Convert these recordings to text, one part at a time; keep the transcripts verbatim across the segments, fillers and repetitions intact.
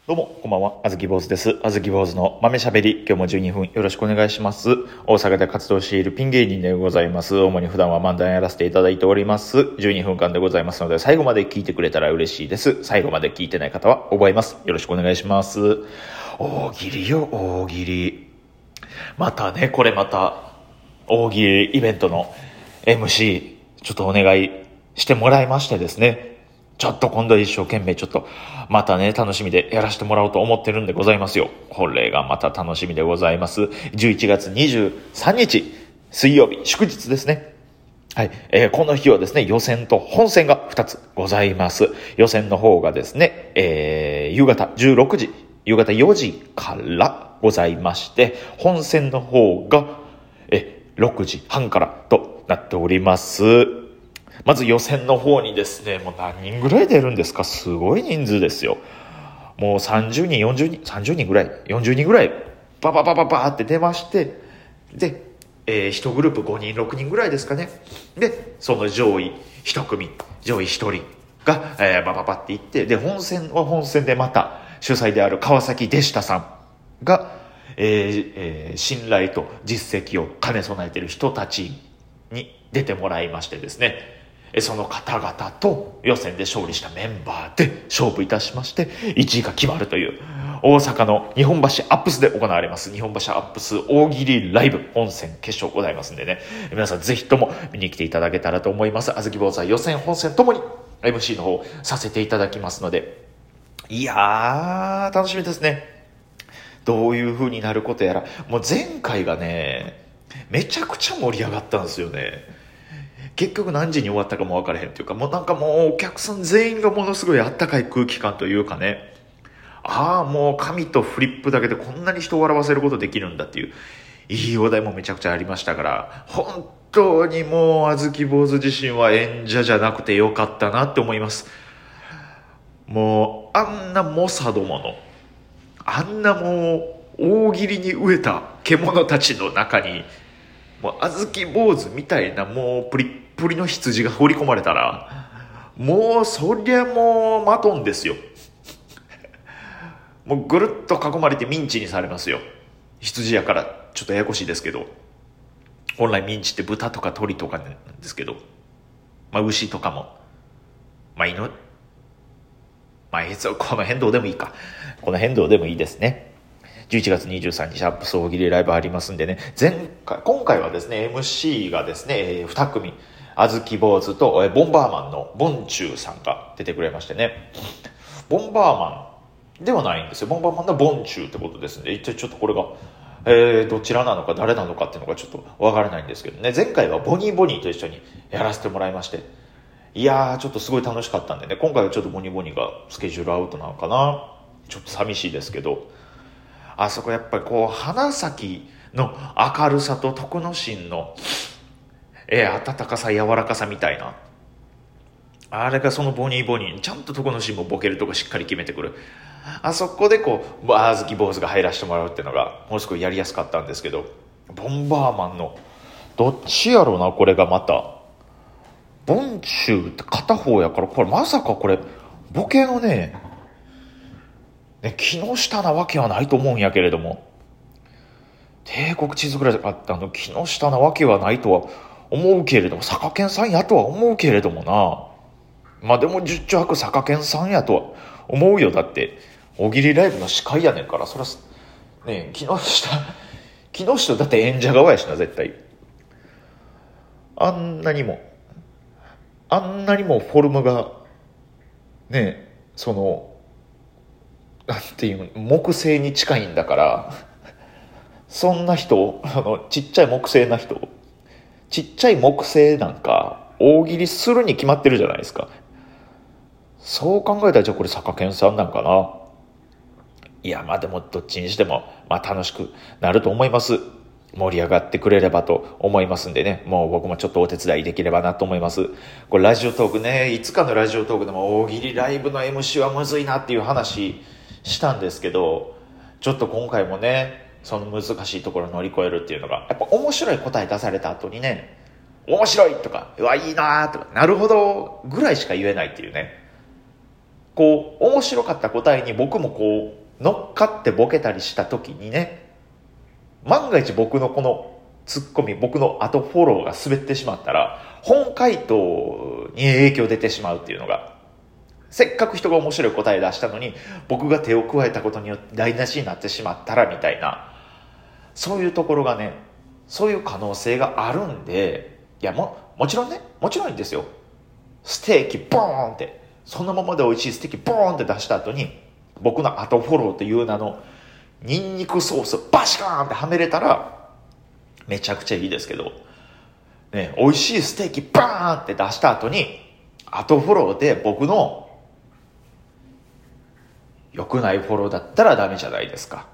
どうも、こんばんは。あずき坊主です。あずき坊主の豆しゃべり。今日もじゅうにふんよろしくお願いします。大阪で活動しているピン芸人でございます。主に普段は漫談やらせていただいております。じゅうにふんかんでございますので、最後まで聞いてくれたら嬉しいです。最後まで聞いてない方は覚えます。よろしくお願いします。大喜利よ、大喜利。またね、これまた、大喜利イベントの エムシー、ちょっとお願いしてもらいましてですね。ちょっと今度一生懸命ちょっとまたね楽しみでやらせてもらおうと思ってるんでございますよ。これがまた楽しみでございます。じゅういちがつにじゅうさんにち水曜日祝日ですね。はい、えー、この日はですね予選と本戦がふたつございます。予選の方がですね、えー、夕方じゅうろくじ夕方よじからございまして、本戦の方がえろくじはんからとなっております。まず予選の方にですね、もう何人ぐらい出るんですか？すごい人数ですよ。もうさんじゅうにん、よんじゅうにん、さんじゅうにんぐらい、よんじゅうにんぐらい、バババババーって出まして、で、えー、いちグループごにん、ろくにんぐらいですかね。で、その上位いち組、上位ひとりが、えー、バババっていって、で、本戦は本戦でまた、主催である川崎デシタさんが、えーえー、信頼と実績を兼ね備えている人たちに出てもらいましてですね、その方々と予選で勝利したメンバーで勝負いたしまして、いちいが決まるという大阪の日本橋アップスで行われます日本橋アップス大喜利ライブ本戦決勝ございますんでね、皆さんぜひとも見に来ていただけたらと思います。あずき坊主は予選本戦ともに エムシー の方させていただきますので、いやー楽しみですね。どういう風になることやら。もう前回がねめちゃくちゃ盛り上がったんですよね。結局何時に終わったかも分からへんっていうか、もうなんかもうお客さん全員がものすごいあったかい空気感というかね、ああもう紙とフリップだけでこんなに人を笑わせることできるんだっていういいお題もめちゃくちゃありましたから、本当にもうあずき坊主自身は演者じゃなくてよかったなって思います。もうあんな猛者どものあんなもう大喜利に飢えた獣たちの中にもうあずき坊主みたいなもうプリップリの羊が放り込まれたら、もうそりゃもうマトンですよ。もうぐるっと囲まれてミンチにされますよ。羊やからちょっとややこしいですけど、本来ミンチって豚とか鳥とかなんですけど、まあ牛とかもまあ犬まあこの辺どうでもいいかこの辺どうでもいいですね。じゅういちがつにじゅうさんにちアップス大喜利ライブありますんでね、前回今回はですね エムシー がですねに組、あずき坊主とボンバーマンのボンチューさんが出てくれましてね、ボンバーマンではないんですよ。ボンバーマンのボンチューってことですんで、一体ちょっとこれが、えー、どちらなのか誰なのかっていうのがちょっとわからないんですけどね、前回はボニーボニーと一緒にやらせてもらいまして、いやーちょっとすごい楽しかったんでね、今回はちょっとボニーボニーがスケジュールアウトなのかな、ちょっと寂しいですけど、あそこやっぱりこう花咲の明るさと徳之進のえー、温かさ柔らかさみたいな、あれがそのボニーボニーちゃんと徳之進もボケるとこしっかり決めてくる、あそこでこうあずき坊主が入らせてもらうっていうのがもうすごいやりやすかったんですけど、ボンバーマンのどっちやろうな、これがまたボンチューって片方やから、これまさかこれボケのねね木下なわけはないと思うんやけれども、帝国地図ぐらいあったの木下なわけはないとは思うけれども、坂健さんやとは思うけれどもな、まあでも十中八九坂健さんやとは思うよ。だって大喜利ライブの司会やねんから、そらね木下木下だって演者側やしな、絶対あんなにもあんなにもフォルムがねそのなんていうの木星に近いんだから、そんな人あのちっちゃい木星な人ちっちゃい木星なんか大喜利するに決まってるじゃないですか。そう考えたらじゃあこれ坂健さんなんかな。いやまあでもどっちにしてもまあ楽しくなると思います。盛り上がってくれればと思いますんでね、もう僕もちょっとお手伝いできればなと思います。これラジオトークね、いつかのラジオトークでも大喜利ライブの エムシー はむずいなっていう話したんですけど、ちょっと今回もねその難しいところを乗り越えるっていうのがやっぱ面白い答え出された後にね、面白いとかうわいいなとかなるほどぐらいしか言えないっていうね、 こう面白かった答えに僕もこう乗っかってボケたりした時にね、万が一僕のこのツッコミ、僕の後フォローが滑ってしまったら本回答に影響出てしまうっていうのが、せっかく人が面白い答え出したのに僕が手を加えたことによって台無しになってしまったらみたいな、そういうところがね、そういう可能性があるんで、いやももちろんね、もちろんいいんですよ。ステーキボーンってそのままで美味しいステーキボーンって出した後に僕の後フォローという名のニンニクソースバシカーンってはめれたらめちゃくちゃいいですけどね、美味しいステーキバーンって出した後に後フォローで僕の良くないフォローだったらダメじゃないですか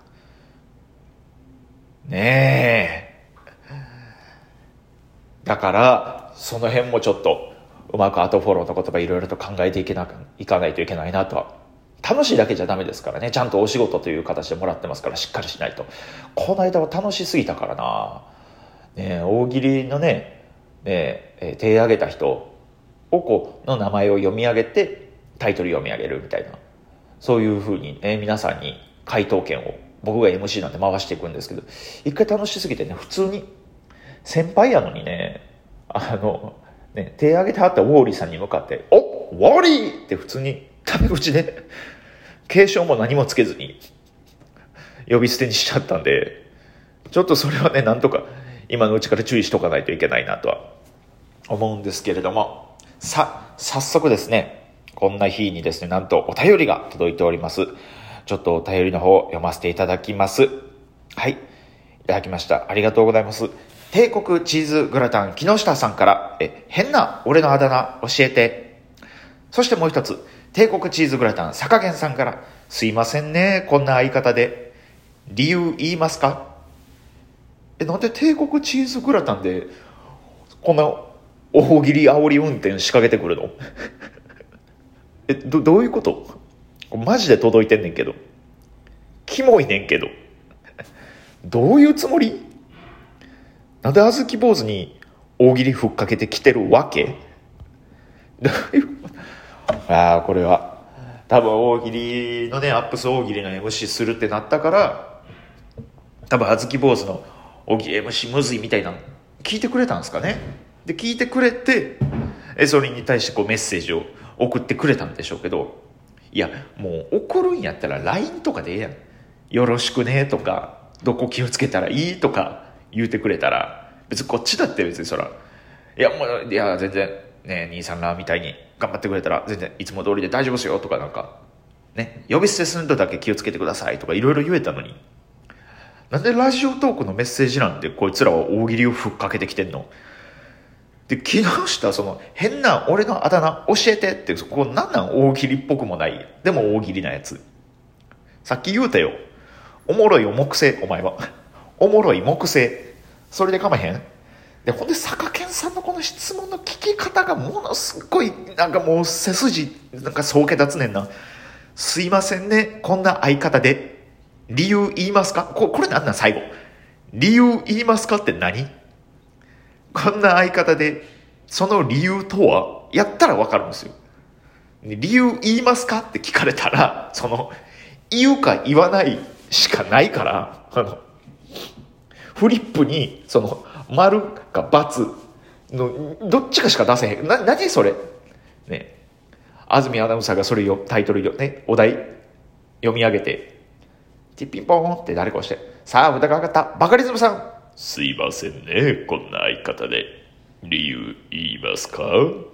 ねえ。だからその辺もちょっとうまく後フォローの言葉いろいろと考えていけないかないといけないなとは。楽しいだけじゃダメですからね。ちゃんとお仕事という形でもらってますからしっかりしないと。この間は楽しすぎたからな、ね、大喜利のね、ねえ手挙げた人をこうの名前を読み上げてタイトル読み上げるみたいな、そういう風に、ね、皆さんに回答権を僕が エムシー なんて回していくんですけど、一回楽しすぎてね、普通に先輩やのにね、あのね、手挙げてはったウォーリーさんに向かって「おウォーリー!」って普通にタメ口で継承も何もつけずに呼び捨てにしちゃったんで、ちょっとそれはね、なんとか今のうちから注意しとかないといけないなとは思うんですけれども、さ早速ですね、こんな日にですね、なんとお便りが届いております。ちょっとお便りの方読ませていただきます。はい、いただきました。ありがとうございます。帝国チーズグラタン木下さんから、え変な俺のあだ名教えて。そしてもう一つ、帝国チーズグラタン坂源さんから、すいませんね、こんな相方で理由言いますか。えなんで帝国チーズグラタンでこんな大喜利煽り運転仕掛けてくるのえ ど, どういうこと。マジで届いてんねんけど、キモいねんけどどういうつもり。なんであずき坊主に大喜利ふっかけてきてるわけ。どういうああこれは多分大喜利のね、アップス大喜利の エムシー するってなったから、多分あずき坊主の大喜利 エムシー むずいみたいな聞いてくれたんですかね。で聞いてくれて、えそれに対してこうメッセージを送ってくれたんでしょうけど、いやもう送るんやったら ライン とかでええやん。よろしくねとか、どこ気をつけたらいいとか言うてくれたら、別にこっちだって別にそら、いやもういや全然ね、兄さんらみたいに頑張ってくれたら全然いつも通りで大丈夫ですよとか、なんかね、呼び捨てするのだけ気をつけてくださいとかいろいろ言えたのに、なんでラジオトークのメッセージ欄でこいつらは大喜利をふっかけてきてんの。で木下その変な俺のあだ名教えてって、ここなんなん大喜利っぽくもないでも大喜利なやつ。さっき言うたよ、おもろいを木星、お前はおもろい木星、それでかまへんで。ほんで坂健さんのこの質問の聞き方がものすごいなんかもう背筋なんかそうけ立つねんな。すいませんね、こんな相方で理由言いますか。 こ, これなんなん最後理由言いますかって何。こんな相方でその理由とはやったら分かるんですよ。理由言いますかって聞かれたら、その言うか言わないしかないから、あのフリップにその丸か×のどっちかしか出せへん。な何それね。安住アナウンサーがそれよタイトルよね、お題読み上げてティッピンポーンって誰か押して、さあ札が上がったバカリズムさん、すいませんね、こんな相方で理由言いますか。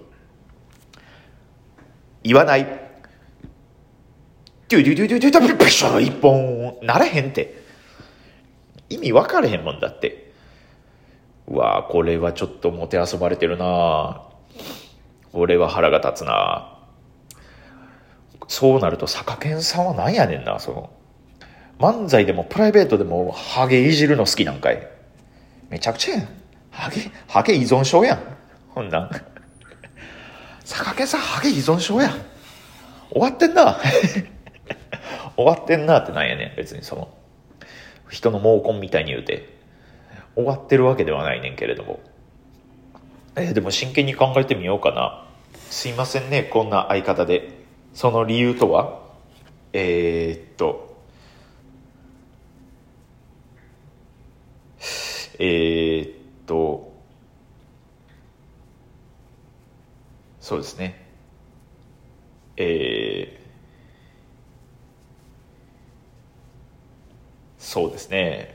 言わない。デュデュデュデュデュデュピシャ一本ならへんって。意味分かれへんもんだって。うわこれはちょっともてあそばれてるな。これは腹が立つな。そうなると坂健さんは何やねんな。その漫才でもプライベートでもハゲいじるの好きなんかい。めちゃくちゃやん。ハゲハゲ依存症やん。ほんなん坂健さんハゲ依存症やん。終わってんな終わってんなってなんやねん。別にその人の毛根みたいに言うて終わってるわけではないねんけれども、えー、でも真剣に考えてみようかな。すいませんね、こんな相方でその理由とは、えー、っと、えー、っと、そうですね。えー、そうですね。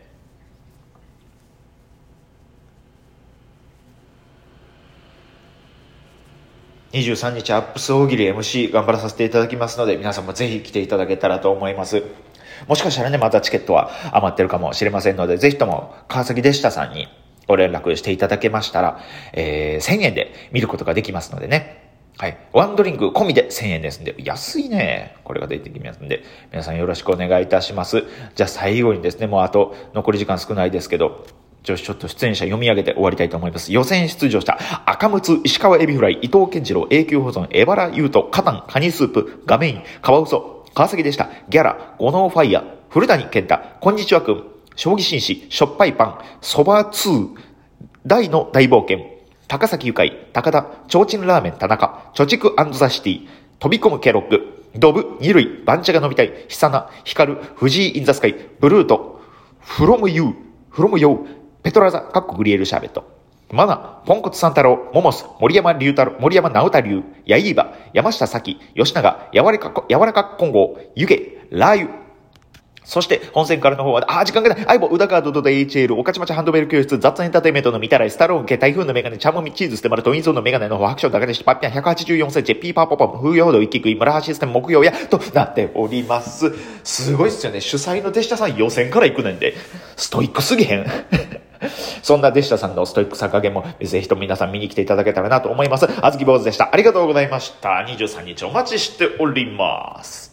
にじゅうさんにちアップス大喜利 エムシー 頑張らさせていただきますので、皆さんもぜひ来ていただけたらと思います。もしかしたらね、またチケットは余ってるかもしれませんので、ぜひとも川崎でしたさんにご連絡していただけましたら、えー、せんえんで見ることができますのでね。はい。ワンドリンク込みでせんえんですんで、安いね。これが出てきますんで、皆さんよろしくお願いいたします。じゃあ最後にですね、もうあと残り時間少ないですけど、女子ちょっと出演者読み上げて終わりたいと思います。予選出場した赤むつ、石川エビフライ、伊藤健次郎、永久保存、エバラユート、カタン、カニスープ、ガメイン、カワウソ、川崎でした、ギャラ、ゴノーファイヤ、古谷健太、こんにちはくん、将棋紳士、しょっぱいパン、そばツー、大の大冒険、高崎ゆかい、高田、ちょうちんラーメン田中、貯蓄&ザシティ、飛び込むケロック、ドブ、二塁、番茶が飲みたい、久名、光、藤井インザスカイ、ブルート、フロムユー、フロムヨー、ペトラザ、カッコグリエルシャーベット。マナ、ポンコツ三太郎、モモス、森山龍太郎、森山直太流、ヤイーバ、山下咲、吉永、柔らか、柔らか混合、湯気、ラー油。そして、本戦からの方は、あー、時間がない。相棒、うだかードド エイチエル、おかちまちハンドベル教室、雑エンターテインメントの見たらい、スタローン系、台風のメガネ、チャモミチーズステマル、トインゾーンのメガネの方、白書だけでして、パッピャンひゃくはちじゅうよんセンチ、ピーパーポポン、風用度一気食い、村橋システム木曜や、となっております。すごいっすよね。主催の弟子さん予選から行くねんで、ストイックすぎへん。そんな弟子さんのストイックさ加減も、ぜひとも皆さん見に来ていただけたらなと思います。あずき坊主でした。ありがとうございました。にじゅうさんにちお待ちしております。